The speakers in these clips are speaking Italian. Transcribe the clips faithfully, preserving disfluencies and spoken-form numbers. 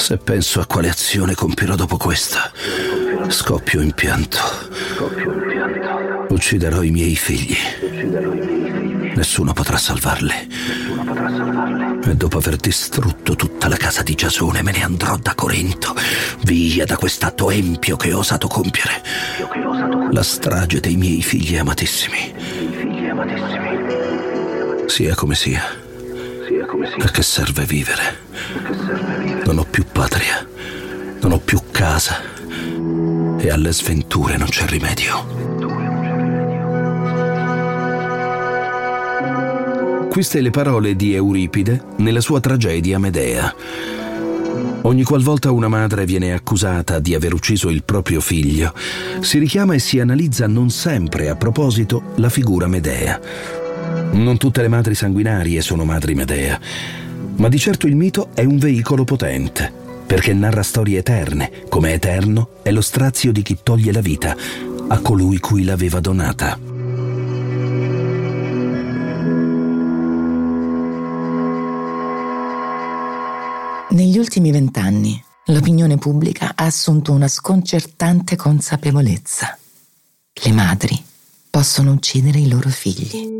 Se penso a quale azione compirò dopo questa, scoppio in pianto. Ucciderò i miei figli. Nessuno potrà salvarli. E dopo aver distrutto tutta la casa di Giasone, me ne andrò da Corinto, via da quest'atto empio che ho osato compiere. La strage dei miei figli amatissimi. Sia come sia. A che serve vivere? Non ho più patria, non ho più casa e alle sventure non c'è rimedio. Queste le parole di Euripide nella sua tragedia Medea. Ogni qualvolta una madre viene accusata di aver ucciso il proprio figlio, si richiama e si analizza non sempre a proposito la figura Medea. Non tutte le madri sanguinarie sono madri Medea, ma di certo il mito è un veicolo potente, perché narra storie eterne, come eterno è lo strazio di chi toglie la vita a colui cui l'aveva donata. Negli ultimi vent'anni l'opinione pubblica ha assunto una sconcertante consapevolezza. Le madri possono uccidere i loro figli.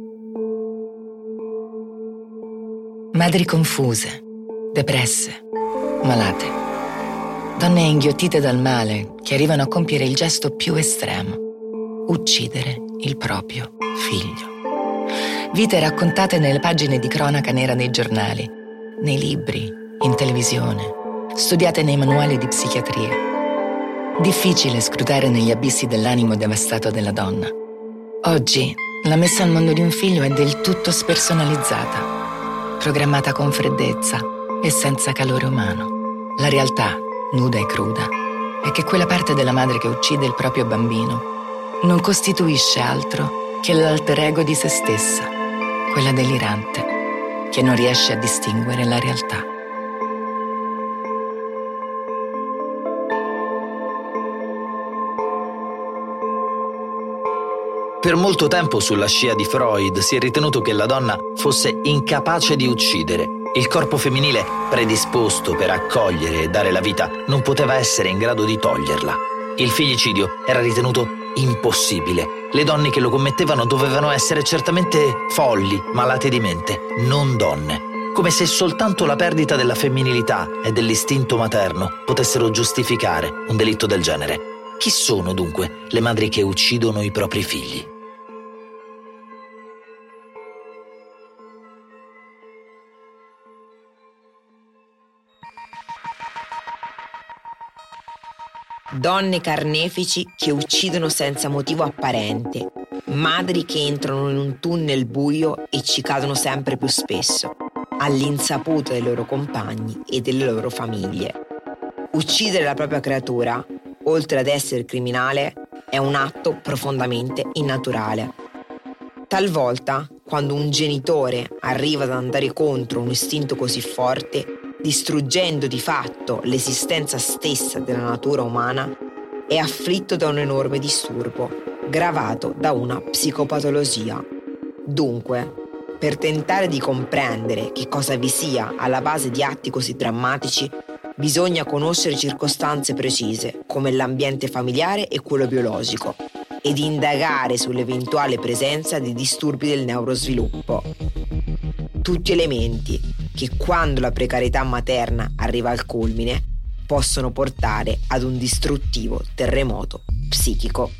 Madri confuse, depresse, malate. Donne inghiottite dal male che arrivano a compiere il gesto più estremo: uccidere il proprio figlio. Vite raccontate nelle pagine di cronaca nera dei giornali, nei libri, in televisione, studiate nei manuali di psichiatria. Difficile scrutare negli abissi dell'animo devastato della donna. Oggi la messa al mondo di un figlio è del tutto spersonalizzata, programmata con freddezza e senza calore umano. La realtà, nuda e cruda, è che quella parte della madre che uccide il proprio bambino non costituisce altro che l'alter ego di se stessa, quella delirante, che non riesce a distinguere la realtà. Per molto tempo sulla scia di Freud si è ritenuto che la donna fosse incapace di uccidere. Il corpo femminile, predisposto per accogliere e dare la vita, non poteva essere in grado di toglierla. Il figlicidio era ritenuto impossibile. Le donne che lo commettevano dovevano essere certamente folli, malate di mente, non donne. Come se soltanto la perdita della femminilità e dell'istinto materno potessero giustificare un delitto del genere. Chi sono dunque le madri che uccidono i propri figli? Donne carnefici che uccidono senza motivo apparente, madri che entrano in un tunnel buio e ci cadono sempre più spesso, all'insaputa dei loro compagni e delle loro famiglie. Uccidere la propria creatura, oltre ad essere criminale, è un atto profondamente innaturale. Talvolta, quando un genitore arriva ad andare contro un istinto così forte, distruggendo di fatto l'esistenza stessa della natura umana, è afflitto da un enorme disturbo, gravato da una psicopatologia. Dunque, per tentare di comprendere che cosa vi sia alla base di atti così drammatici, bisogna conoscere circostanze precise, come l'ambiente familiare e quello biologico, ed indagare sull'eventuale presenza di disturbi del neurosviluppo. Tutti elementi che, quando la precarietà materna arriva al culmine, possono portare ad un distruttivo terremoto psichico.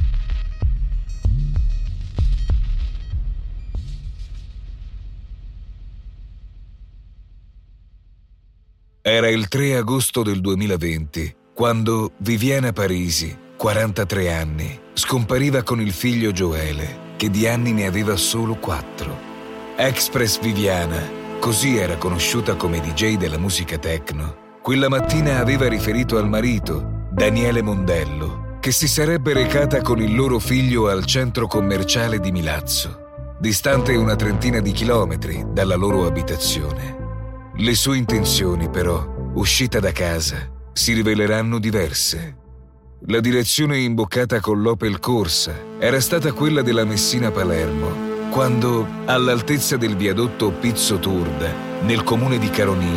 Era il tre agosto del duemilaventi, quando Viviana Parisi, quarantatré anni, scompariva con il figlio Gioele, che di anni ne aveva solo quattro. Express Viviana, così era conosciuta come D J della musica techno, quella mattina aveva riferito al marito, Daniele Mondello, che si sarebbe recata con il loro figlio al centro commerciale di Milazzo, distante una trentina di chilometri dalla loro abitazione. Le sue intenzioni, però, uscita da casa, si riveleranno diverse. La direzione imboccata con l'Opel Corsa era stata quella della Messina-Palermo, quando, all'altezza del viadotto Pizzo Turda, nel comune di Caronia,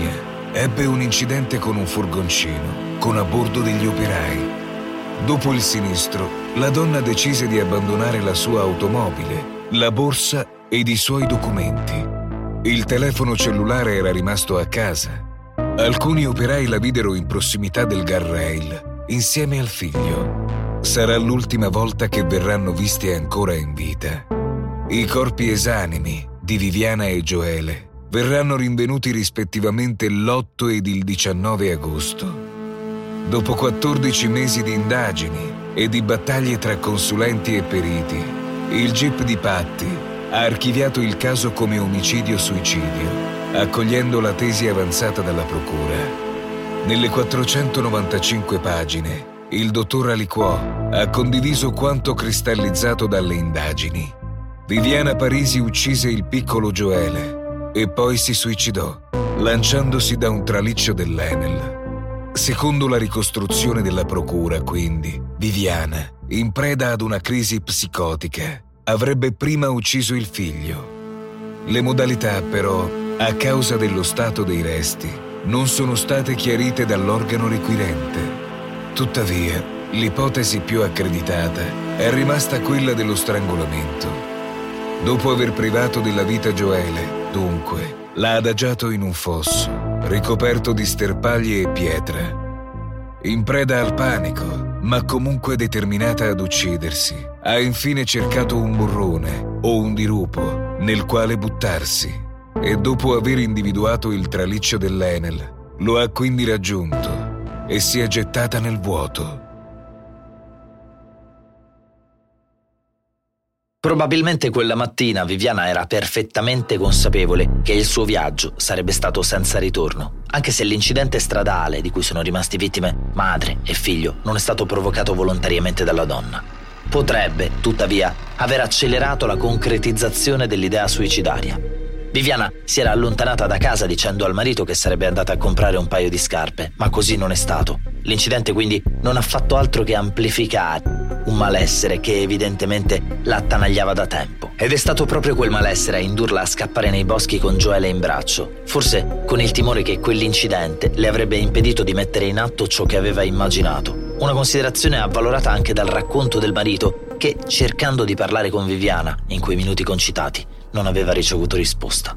ebbe un incidente con un furgoncino, con a bordo degli operai. Dopo il sinistro, la donna decise di abbandonare la sua automobile, la borsa ed i suoi documenti. Il telefono cellulare era rimasto a casa. Alcuni operai la videro in prossimità del guardrail, insieme al figlio. Sarà l'ultima volta che verranno visti ancora in vita. I corpi esanimi di Viviana e Joele verranno rinvenuti rispettivamente l'otto ed il diciannove agosto. Dopo quattordici mesi di indagini e di battaglie tra consulenti e periti, il G I P di Patti ha archiviato il caso come omicidio-suicidio, accogliendo la tesi avanzata dalla procura. Nelle quattrocentonovantacinque pagine, il dottor Aliquò ha condiviso quanto cristallizzato dalle indagini. Viviana Parisi uccise il piccolo Joele e poi si suicidò, lanciandosi da un traliccio dell'Enel. Secondo la ricostruzione della procura, quindi, Viviana, in preda ad una crisi psicotica, avrebbe prima ucciso il figlio. Le modalità, però, a causa dello stato dei resti, non sono state chiarite dall'organo requirente. Tuttavia, l'ipotesi più accreditata è rimasta quella dello strangolamento. Dopo aver privato della vita Joele, dunque, l'ha adagiato in un fosso, ricoperto di sterpaglie e pietra. In preda al panico, ma comunque determinata ad uccidersi, ha infine cercato un burrone o un dirupo nel quale buttarsi e dopo aver individuato il traliccio dell'Enel, lo ha quindi raggiunto e si è gettata nel vuoto. Probabilmente quella mattina Viviana era perfettamente consapevole che il suo viaggio sarebbe stato senza ritorno, anche se l'incidente stradale di cui sono rimasti vittime madre e figlio non è stato provocato volontariamente dalla donna. Potrebbe, tuttavia, aver accelerato la concretizzazione dell'idea suicidaria. Viviana si era allontanata da casa dicendo al marito che sarebbe andata a comprare un paio di scarpe, ma così non è stato. L'incidente quindi non ha fatto altro che amplificare un malessere che evidentemente la attanagliava da tempo. Ed è stato proprio quel malessere a indurla a scappare nei boschi con Joele in braccio, forse con il timore che quell'incidente le avrebbe impedito di mettere in atto ciò che aveva immaginato. Una considerazione avvalorata anche dal racconto del marito che, cercando di parlare con Viviana in quei minuti concitati, non aveva ricevuto risposta.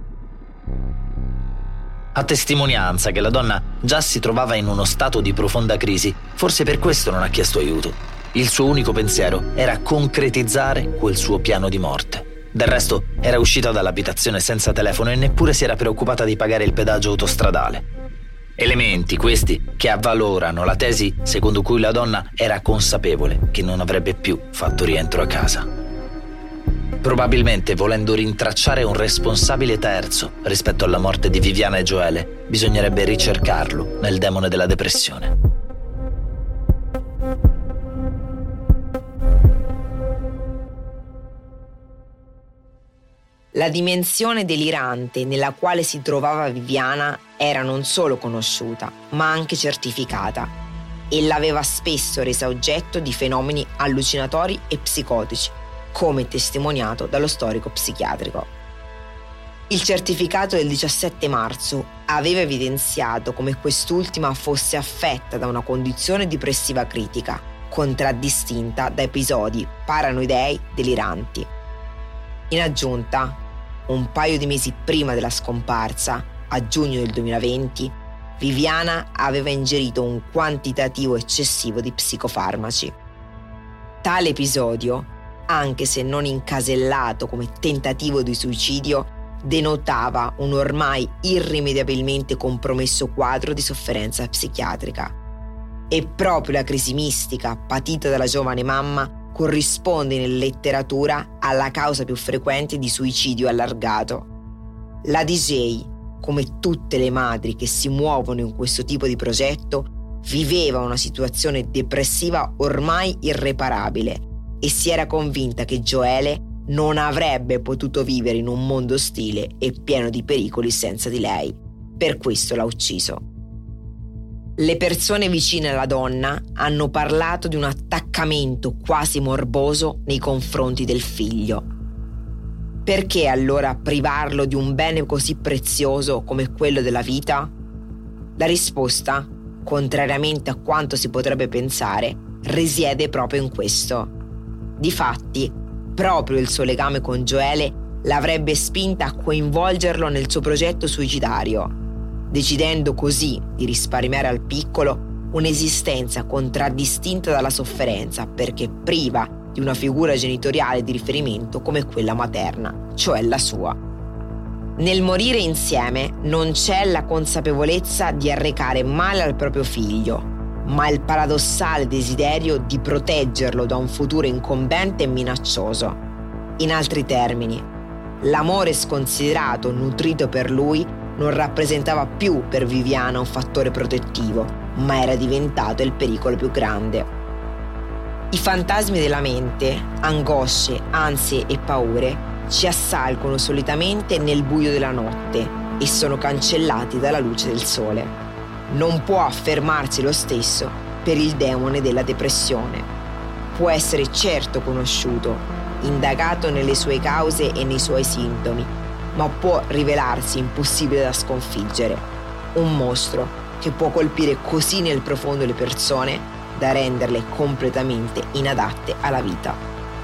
A testimonianza che la donna già si trovava in uno stato di profonda crisi, forse per questo non ha chiesto aiuto. Il suo unico pensiero era concretizzare quel suo piano di morte. Del resto era uscita dall'abitazione senza telefono e neppure si era preoccupata di pagare il pedaggio autostradale. Elementi questi che avvalorano la tesi secondo cui la donna era consapevole che non avrebbe più fatto rientro a casa. Probabilmente, volendo rintracciare un responsabile terzo rispetto alla morte di Viviana e Joele, bisognerebbe ricercarlo nel demone della depressione. La dimensione delirante nella quale si trovava Viviana era non solo conosciuta, ma anche certificata, e l'aveva spesso resa oggetto di fenomeni allucinatori e psicotici, come testimoniato dallo storico psichiatrico. Il certificato del diciassette marzo aveva evidenziato come quest'ultima fosse affetta da una condizione depressiva critica, contraddistinta da episodi paranoidei deliranti. In aggiunta, un paio di mesi prima della scomparsa, a giugno del duemilaventi, Viviana aveva ingerito un quantitativo eccessivo di psicofarmaci. Tale episodio, anche se non incasellato come tentativo di suicidio, denotava un ormai irrimediabilmente compromesso quadro di sofferenza psichiatrica. E proprio la crisi mistica patita dalla giovane mamma corrisponde in letteratura alla causa più frequente di suicidio allargato. La D J, come tutte le madri che si muovono in questo tipo di progetto, viveva una situazione depressiva ormai irreparabile e si era convinta che Joele non avrebbe potuto vivere in un mondo ostile e pieno di pericoli senza di lei. Per questo l'ha ucciso. Le persone vicine alla donna hanno parlato di un attaccamento quasi morboso nei confronti del figlio. Perché allora privarlo di un bene così prezioso come quello della vita? La risposta, contrariamente a quanto si potrebbe pensare, risiede proprio in questo. Difatti, proprio il suo legame con Joele l'avrebbe spinta a coinvolgerlo nel suo progetto suicidario, decidendo così di risparmiare al piccolo un'esistenza contraddistinta dalla sofferenza perché priva di una figura genitoriale di riferimento come quella materna, cioè la sua. Nel morire insieme non c'è la consapevolezza di arrecare male al proprio figlio, ma il paradossale desiderio di proteggerlo da un futuro incombente e minaccioso. In altri termini, l'amore sconsiderato nutrito per lui non rappresentava più per Viviana un fattore protettivo, ma era diventato il pericolo più grande. I fantasmi della mente, angosce, ansie e paure ci assalgono solitamente nel buio della notte e sono cancellati dalla luce del sole. Non può affermarsi lo stesso per il demone della depressione. Può essere certo conosciuto, indagato nelle sue cause e nei suoi sintomi, ma può rivelarsi impossibile da sconfiggere. Un mostro che può colpire così nel profondo le persone da renderle completamente inadatte alla vita.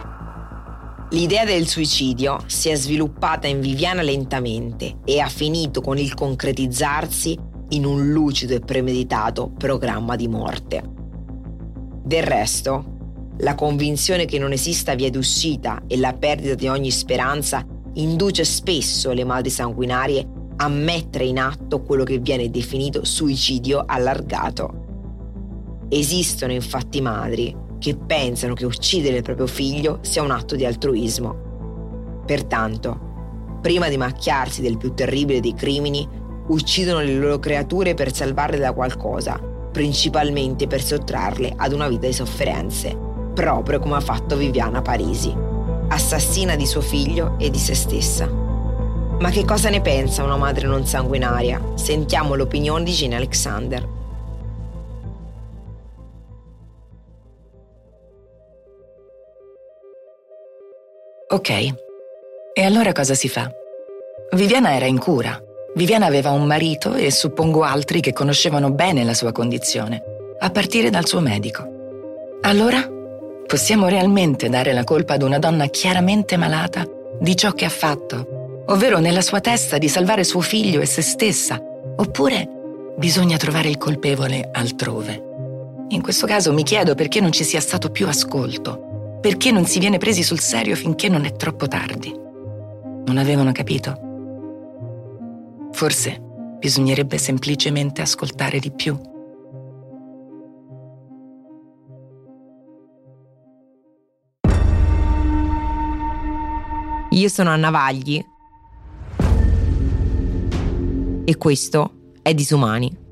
L'idea del suicidio si è sviluppata in Viviana lentamente e ha finito con il concretizzarsi in un lucido e premeditato programma di morte. Del resto, la convinzione che non esista via d'uscita e la perdita di ogni speranza induce spesso le madri sanguinarie a mettere in atto quello che viene definito suicidio allargato. Esistono infatti madri che pensano che uccidere il proprio figlio sia un atto di altruismo. Pertanto, prima di macchiarsi del più terribile dei crimini, uccidono le loro creature per salvarle da qualcosa, principalmente per sottrarle ad una vita di sofferenze, proprio come ha fatto Viviana Parisi, assassina di suo figlio e di se stessa. Ma che cosa ne pensa una madre non sanguinaria? Sentiamo l'opinione di Gene Alexander. Ok, e allora cosa si fa? Viviana era in cura. Viviana aveva un marito e suppongo altri che conoscevano bene la sua condizione, a partire dal suo medico. Allora, possiamo realmente dare la colpa ad una donna chiaramente malata di ciò che ha fatto, ovvero nella sua testa di salvare suo figlio e se stessa, oppure bisogna trovare il colpevole altrove? In questo caso mi chiedo perché non ci sia stato più ascolto. Perché non si viene presi sul serio finché non è troppo tardi? Non avevano capito? Forse bisognerebbe semplicemente ascoltare di più. Io sono Anna Vagli e questo è Disumani.